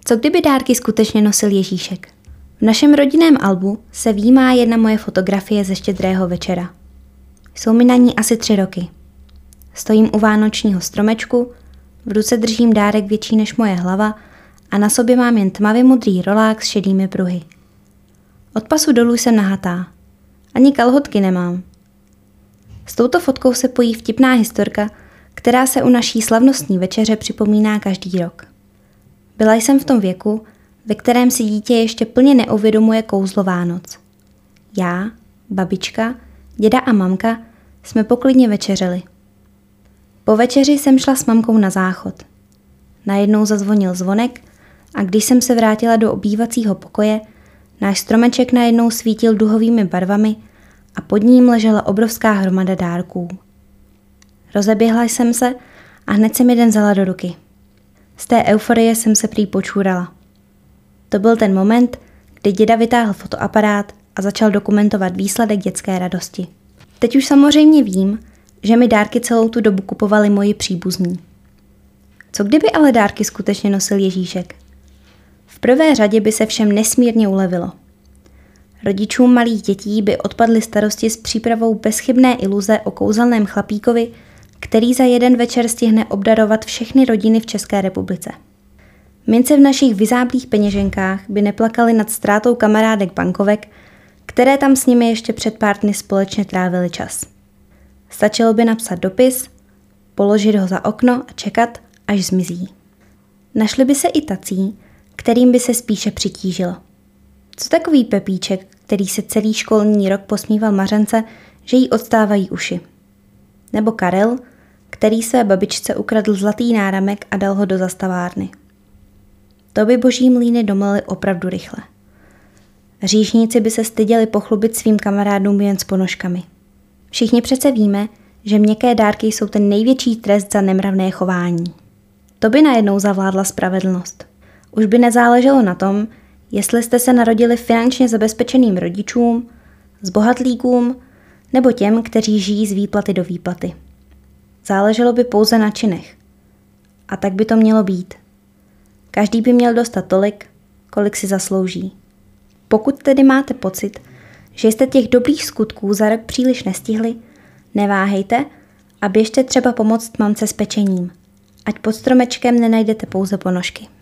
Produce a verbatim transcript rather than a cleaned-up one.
Co kdyby dárky skutečně nosil Ježíšek? V našem rodinném albu se výjímá jedna moje fotografie ze Štědrého večera. Jsou mi na ní asi tři roky. Stojím u vánočního stromečku, v ruce držím dárek větší než moje hlava a na sobě mám jen tmavě modrý rolák s šedými pruhy. Od pasu dolů jsem nahatá. Ani kalhotky nemám. S touto fotkou se pojí vtipná historka, která se u naší slavnostní večeře připomíná každý rok. Byla jsem v tom věku, ve kterém si dítě ještě plně neuvědomuje kouzlo Vánoc. Já, babička, děda a mamka jsme poklidně večeřeli. Po večeři jsem šla s mamkou na záchod. Najednou zazvonil zvonek a když jsem se vrátila do obývacího pokoje, náš stromeček najednou svítil duhovými barvami a pod ním ležela obrovská hromada dárků. Rozeběhla jsem se a hned jsem jeden vzala do ruky. Z té euforie jsem se prý počůrala. To byl ten moment, kdy děda vytáhl fotoaparát a začal dokumentovat výsledek dětské radosti. Teď už samozřejmě vím, že mi dárky celou tu dobu kupovali moji příbuzní. Co kdyby ale dárky skutečně nosil Ježíšek? V prvé řadě by se všem nesmírně ulevilo. Rodičům malých dětí by odpadly starosti s přípravou bezchybné iluze o kouzelném chlapíkovi, který za jeden večer stihne obdarovat všechny rodiny v České republice. Mince v našich vyzáblých peněženkách by neplakaly nad ztrátou kamarádek bankovek, které tam s nimi ještě před pár dny společně trávili čas. Stačilo by napsat dopis, položit ho za okno a čekat, až zmizí. Našli by se i tací, kterým by se spíše přitížilo. Co takový Pepíček, který se celý školní rok posmíval Mařence, že jí odstávají uši? Nebo Karel, který své babičce ukradl zlatý náramek a dal ho do zastavárny. To by boží mlýny domlely opravdu rychle. Říšníci by se styděli pochlubit svým kamarádům jen s ponožkami. Všichni přece víme, že měkké dárky jsou ten největší trest za nemravné chování. To by najednou zavládla spravedlnost. Už by nezáleželo na tom, jestli jste se narodili finančně zabezpečeným rodičům, zbohatlíkům nebo těm, kteří žijí z výplaty do výplaty. Záleželo by pouze na činech. A tak by to mělo být. Každý by měl dostat tolik, kolik si zaslouží. Pokud tedy máte pocit, že jste těch dobrých skutků za rok příliš nestihli, neváhejte a běžte třeba pomoct mamce s pečením. Ať pod stromečkem nenajdete pouze ponožky.